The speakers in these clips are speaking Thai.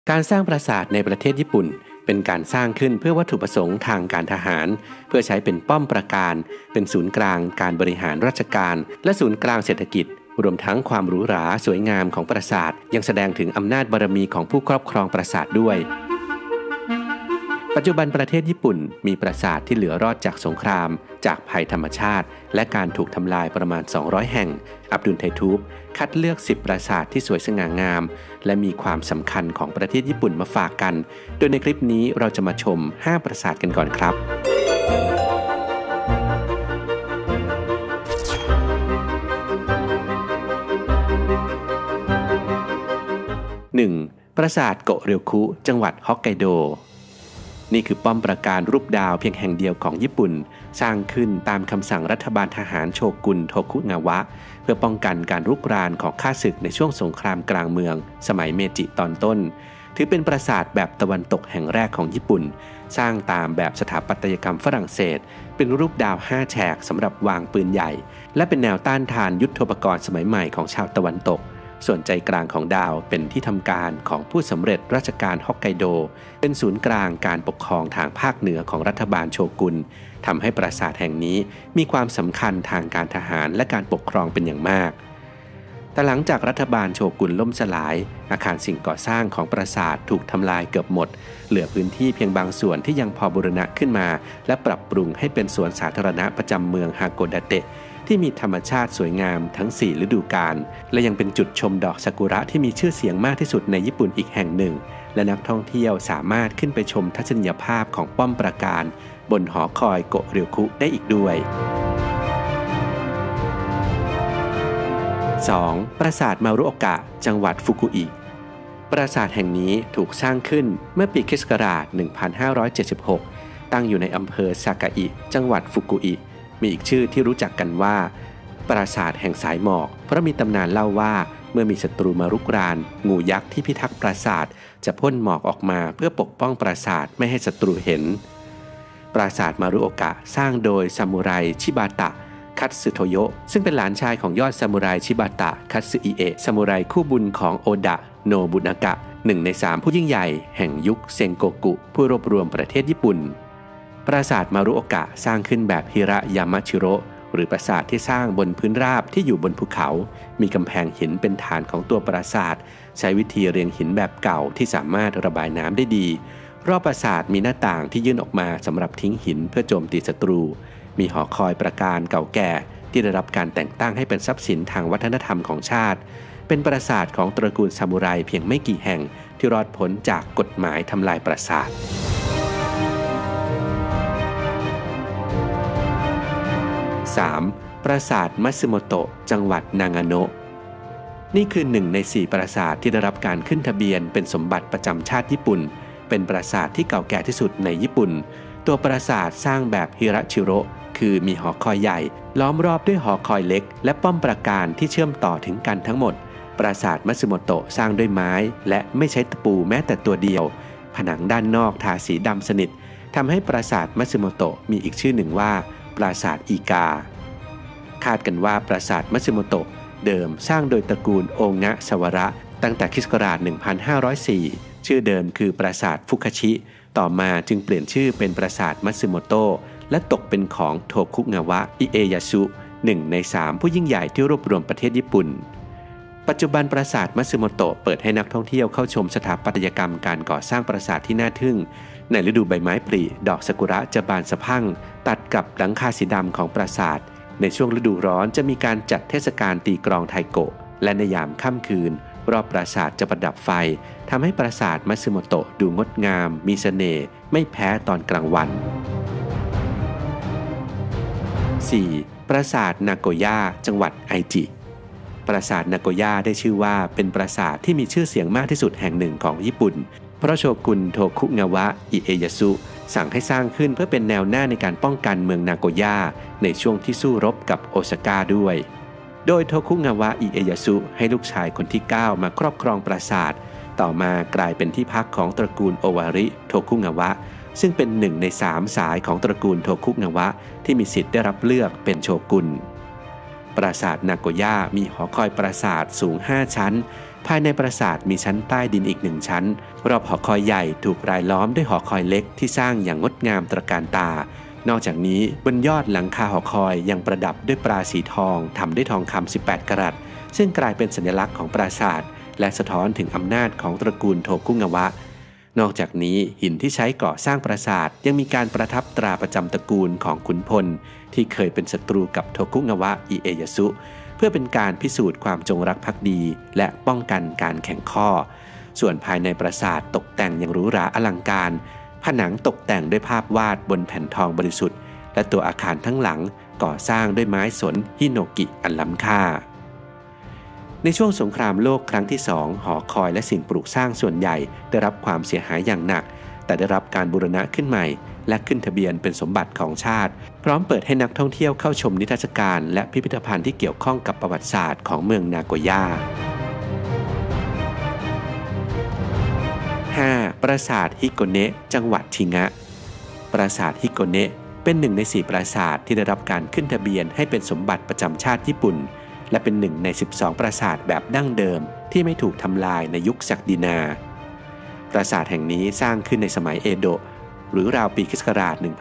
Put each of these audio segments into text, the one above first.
การสร้างปราสาทในประเทศญี่ปุ่นเป็นการสร้างขึ้นเพื่อวัตถุประสงค์ทางการทหารเพื่อใช้เป็นป้อมปราการเป็นศูนย์กลางการบริหารราชการและศูนย์กลางเศรษฐกิจรวมทั้งความหรูหราสวยงามของปราสาทยังแสดงถึงอำนาจบารมีของผู้ครอบครองปราสาทด้วยปัจจุบันประเทศญี่ปุ่นมีปราสาทที่เหลือรอดจากสงครามจากภัยธรรมชาติและการถูกทำลายประมาณ200แห่งอับดุลไททูบคัดเลือก10ปราสาทที่สวยสง่างามและมีความสำคัญของประเทศญี่ปุ่นมาฝากกันโดยในคลิปนี้เราจะมาชม5ปราสาทกันก่อนครับ 1. ปราสาทโกเรียวคุจังหวัดฮอกไกโดนี่คือป้อมปราการรูปดาวเพียงแห่งเดียวของญี่ปุ่นสร้างขึ้นตามคำสั่งรัฐบาลทหารโชกุนโทคุงาวะเพื่อป้องกันการรุกรานของข้าศึกในช่วงสงครามกลางเมืองสมัยเมจิตอนต้นถือเป็นปราสาทแบบตะวันตกแห่งแรกของญี่ปุ่นสร้างตามแบบสถาปัตยกรรมฝรั่งเศสเป็นรูปดาว5แฉกสำหรับวางปืนใหญ่และเป็นแนวต้านทานยุทโธปกรณ์สมัยใหม่ของชาวตะวันตกส่วนใจกลางของดาวเป็นที่ทำการของผู้สำเร็จราชการฮอกไกโดเป็นศูนย์กลางการปกครองทางภาคเหนือของรัฐบาลโชกุนทำให้ปราสาทแห่งนี้มีความสำคัญทางการทหารและการปกครองเป็นอย่างมากแต่หลังจากรัฐบาลโชกุนล่มสลายอาคารสิ่งก่อสร้างของปราสาทถูกทำลายเกือบหมดเหลือพื้นที่เพียงบางส่วนที่ยังพอบูรณะขึ้นมาและปรับปรุงให้เป็นสวนสาธารณะประจำเมืองฮาโกดาเตะที่มีธรรมชาติสวยงามทั้ง4ฤดูกาลและยังเป็นจุดชมดอกซากุระที่มีชื่อเสียงมากที่สุดในญี่ปุ่นอีกแห่งหนึ่งและนักท่องเที่ยวสามารถขึ้นไปชมทัศนียภาพของป้อมปราการบนหอคอยโกเรียวคุได้อีกด้วย 2. ปราสาทมารุโอกะจังหวัดฟุกุอิปราสาทแห่งนี้ถูกสร้างขึ้นเมื่อปีค.ศ. 1576ตั้งอยู่ในอำเภอซากาอิจังหวัดฟุกุอิมีอีกชื่อที่รู้จักกันว่าปราสาทแห่งสายหมอกเพราะมีตำนานเล่าว่าเมื่อมีศัตรูมารุกรานงูยักษ์ที่พิทักษ์ปราสาทจะพ่นหมอกออกมาเพื่อปกป้องปราสาทไม่ให้ศัตรูเห็นปราสาทมารุโอกะสร้างโดยซามูไรชิบาตะคัตสึโทโยะซึ่งเป็นหลานชายของยอดซามูไรชิบาตะคัตสึอิเอะซามูไรคู่บุญของโอดะโนบุนากะ1 ใน 3ผู้ยิ่งใหญ่แห่งยุคเซงโกกุผู้รวบรวมประเทศญี่ปุ่นปราสาทมารุโอกะสร้างขึ้นแบบฮิระยามาชิโร่หรือปราสาทที่สร้างบนพื้นราบที่อยู่บนภูเขามีกำแพงหินเป็นฐานของตัวปราสาทใช้วิธีเรียงหินแบบเก่าที่สามารถระบายน้ำได้ดีรอบปราสาทมีหน้าต่างที่ยื่นออกมาสำหรับทิ้งหินเพื่อโจมตีศัตรูมีหอคอยปราการเก่าแก่ที่ได้รับการแต่งตั้งให้เป็นทรัพย์สินทางวัฒนธรรมของชาติเป็นปราสาทของตระกูลซามูไรเพียงไม่กี่แห่งที่รอดพ้นจากกฎหมายทำลายปราสาท3. ปราสาทมัตสึโมโตะจังหวัดนางาโนะนี่คือ1 ใน 4ปราสาทที่ได้รับการขึ้นทะเบียนเป็นสมบัติประจำชาติญี่ปุ่นเป็นปราสาทที่เก่าแก่ที่สุดในญี่ปุ่นตัวปราสาทสร้างแบบฮิระชิโร่คือมีหอคอยใหญ่ล้อมรอบด้วยหอคอยเล็กและป้อมปราการที่เชื่อมต่อถึงกันทั้งหมดปราสาทมัตสึโมโตะสร้างด้วยไม้และไม่ใช้ตะปูแม้แต่ตัวเดียวผนังด้านนอกทาสีดำสนิททำให้ปราสาทมัตสึโมโตะมีอีกชื่อหนึ่งว่าปราสาทอีกาคาดกันว่าปราสาทมัตสึโมโตะเดิมสร้างโดยตระกูลโองะสวระตั้งแต่ค.ศ. 1504ชื่อเดิมคือปราสาทฟุคาชิต่อมาจึงเปลี่ยนชื่อเป็นปราสาทมัตสึโมโตะและตกเป็นของโทคุงาวะอิเอยาสุ1 ใน 3ผู้ยิ่งใหญ่ที่รวบรวมประเทศญี่ปุ่นปัจจุบันปราสาทมัตสึโมโตะเปิดให้นักท่องเที่ยวเข้าชมสถาปัตยกรรมการก่อสร้างปราสาทที่น่าทึ่งในฤดูใบไม้ผลิดอกซากุระจะบานสะพรั่งตัดกับหลังคาสีดำของปราสาทในช่วงฤดูร้อนจะมีการจัดเทศกาลตีกลองไทโกะและในยามค่ำคืนรอบปราสาทจะประดับไฟทำให้ปราสาทมัตสึโมโตะดูงดงามมีเสน่ห์ไม่แพ้ตอนกลางวัน 4. ปราสาทนาโกย่าจังหวัดไอจิปราสาทนาโกย่าได้ชื่อว่าเป็นปราสาทที่มีชื่อเสียงมากที่สุดแห่งหนึ่งของญี่ปุ่นเพราะโชกุนโทคุงาวะอิเอยาสุสั่งให้สร้างขึ้นเพื่อเป็นแนวหน้าในการป้องกันเมืองนาโกย่าในช่วงที่สู้รบกับโอซาก้าด้วยโดยโทคุงาวะอิเอยาสุให้ลูกชายคนที่9มาครอบครองปราสาทต่อมากลายเป็นที่พักของตระกูลโอวาริโทคุงาวะซึ่งเป็น1 ใน 3สายของตระกูลโทคุงาวะที่มีสิทธิ์ได้รับเลือกเป็นโชกุนปราสาทนาโกย่ามีหอคอยปราสาทสูง5ชั้นภายในปราสาทมีชั้นใต้ดินอีก1 ชั้นรอบหอคอยใหญ่ถูกรายล้อมด้วยหอคอยเล็กที่สร้างอย่างงดงามตระการตานอกจากนี้บนยอดหลังคาหอคอยยังประดับด้วยปลาสีทองทำด้วยทองคำ18 กะรัตซึ่งกลายเป็นสัญลักษณ์ของปราสาทและสะท้อนถึงอำนาจของตระกูลโทคุงาวะนอกจากนี้หินที่ใช้ก่อสร้างปราสาทยังมีการประทับตราประจำตระกูลของขุนพลที่เคยเป็นศัตรูกับโทคุงาวะอิเอยาสุเพื่อเป็นการพิสูจน์ความจงรักภักดีและป้องกันการแข่งข้อส่วนภายในปราสาทตกแต่งอย่างหรูหราอลังการผนังตกแต่งด้วยภาพวาดบนแผ่นทองบริสุทธิ์และตัวอาคารทั้งหลังก่อสร้างด้วยไม้สนฮิโนกิอันล้ำค่าในช่วงสงครามโลกครั้งที่2หอคอยและสิ่งปลูกสร้างส่วนใหญ่ได้รับความเสียหายอย่างหนักแต่ได้รับการบูรณะขึ้นใหม่และขึ้นทะเบียนเป็นสมบัติของชาติพร้อมเปิดให้นักท่องเที่ยวเข้าชมนิทรรศการและพิพิธภัณฑ์ที่เกี่ยวข้องกับประวัติศาสตร์ของเมืองนาโกย่า 5. ปราสาทฮิโกเนะจังหวัดชิงะปราสาทฮิโกเนะเป็น1 ใน 4ปราสาทที่ได้รับการขึ้นทะเบียนให้เป็นสมบัติประจำชาติญี่ปุ่นและเป็น1 ใน 12ปราสาทแบบดั้งเดิมที่ไม่ถูกทำลายในยุคศักดินาปราสาทแห่งนี้สร้างขึ้นในสมัยเอโดะหรือราวปีค.ศ.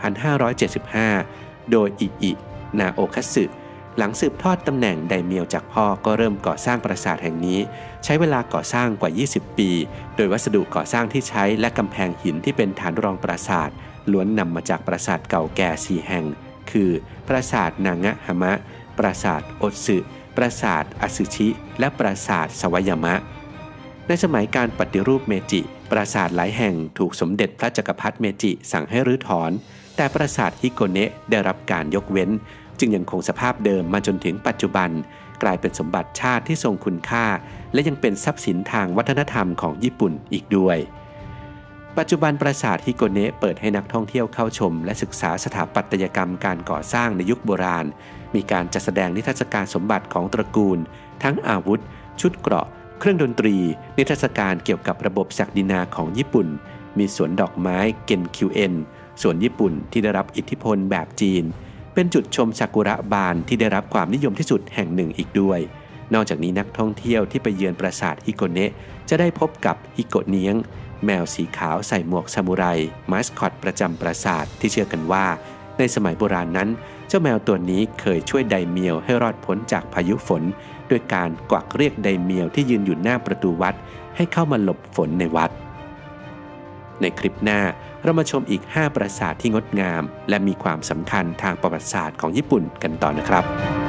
1575 โดยอิอินาโอคัตสึหลังสืบทอดตำแหน่งไดเมียวจากพ่อก็เริ่มก่อสร้างปราสาทแห่งนี้ใช้เวลาก่อสร้างกว่า 20 ปีโดยวัสดุก่อสร้างที่ใช้และกำแพงหินที่เป็นฐานรองปราสาทล้วนนำมาจากปราสาทเก่าแก่4 แห่งคือปราสาทนางะฮามะปราสาทโอตสึปราสาทอาซึชิและปราสาทสวายามะในสมัยการปฏิรูปเมจิปราสาทหลายแห่งถูกสมเด็จพระจักรพรรดิเมจิสั่งให้รื้อถอนแต่ปราสาทฮิโกเนะได้รับการยกเว้นจึงยังคงสภาพเดิมมาจนถึงปัจจุบันกลายเป็นสมบัติชาติที่ทรงคุณค่าและยังเป็นทรัพย์สินทางวัฒนธรรมของญี่ปุ่นอีกด้วยปัจจุบันปราสาทฮิโกเนะเปิดให้นักท่องเที่ยวเข้าชมและศึกษาสถาปัตยกรรมการก่อสร้างในยุคโบราณมีการจัดแสดงนิทรรศการสมบัติของตระกูลทั้งอาวุธชุดเกราะเครื่องดนตรีนิทรรศการเกี่ยวกับระบบศักดินาของญี่ปุ่นมีสวนดอกไม้เกนคิวเอ็นสวนญี่ปุ่นที่ได้รับอิทธิพลแบบจีนเป็นจุดชมซากุระบานที่ได้รับความนิยมที่สุดแห่งหนึ่งอีกด้วยนอกจากนี้นักท่องเที่ยวที่ไปเยือนปราสาทฮิโกเนะจะได้พบกับฮิโกเนียงแมวสีขาวใส่หมวกซามูไรมาสคอตประจำปราสาทที่เชื่อกันว่าในสมัยโบราณนั้นเจ้าแมวตัวนี้เคยช่วยไดเมียวให้รอดพ้นจากพายุฝนโดยการกวักเรียกไดเมียวที่ยืนอยู่หน้าประตูวัดให้เข้ามาหลบฝนในวัดในคลิปหน้าเรามาชมอีก5ปราสาทที่งดงามและมีความสำคัญทางประวัติศาสตร์ของญี่ปุ่นกันต่อนะครับ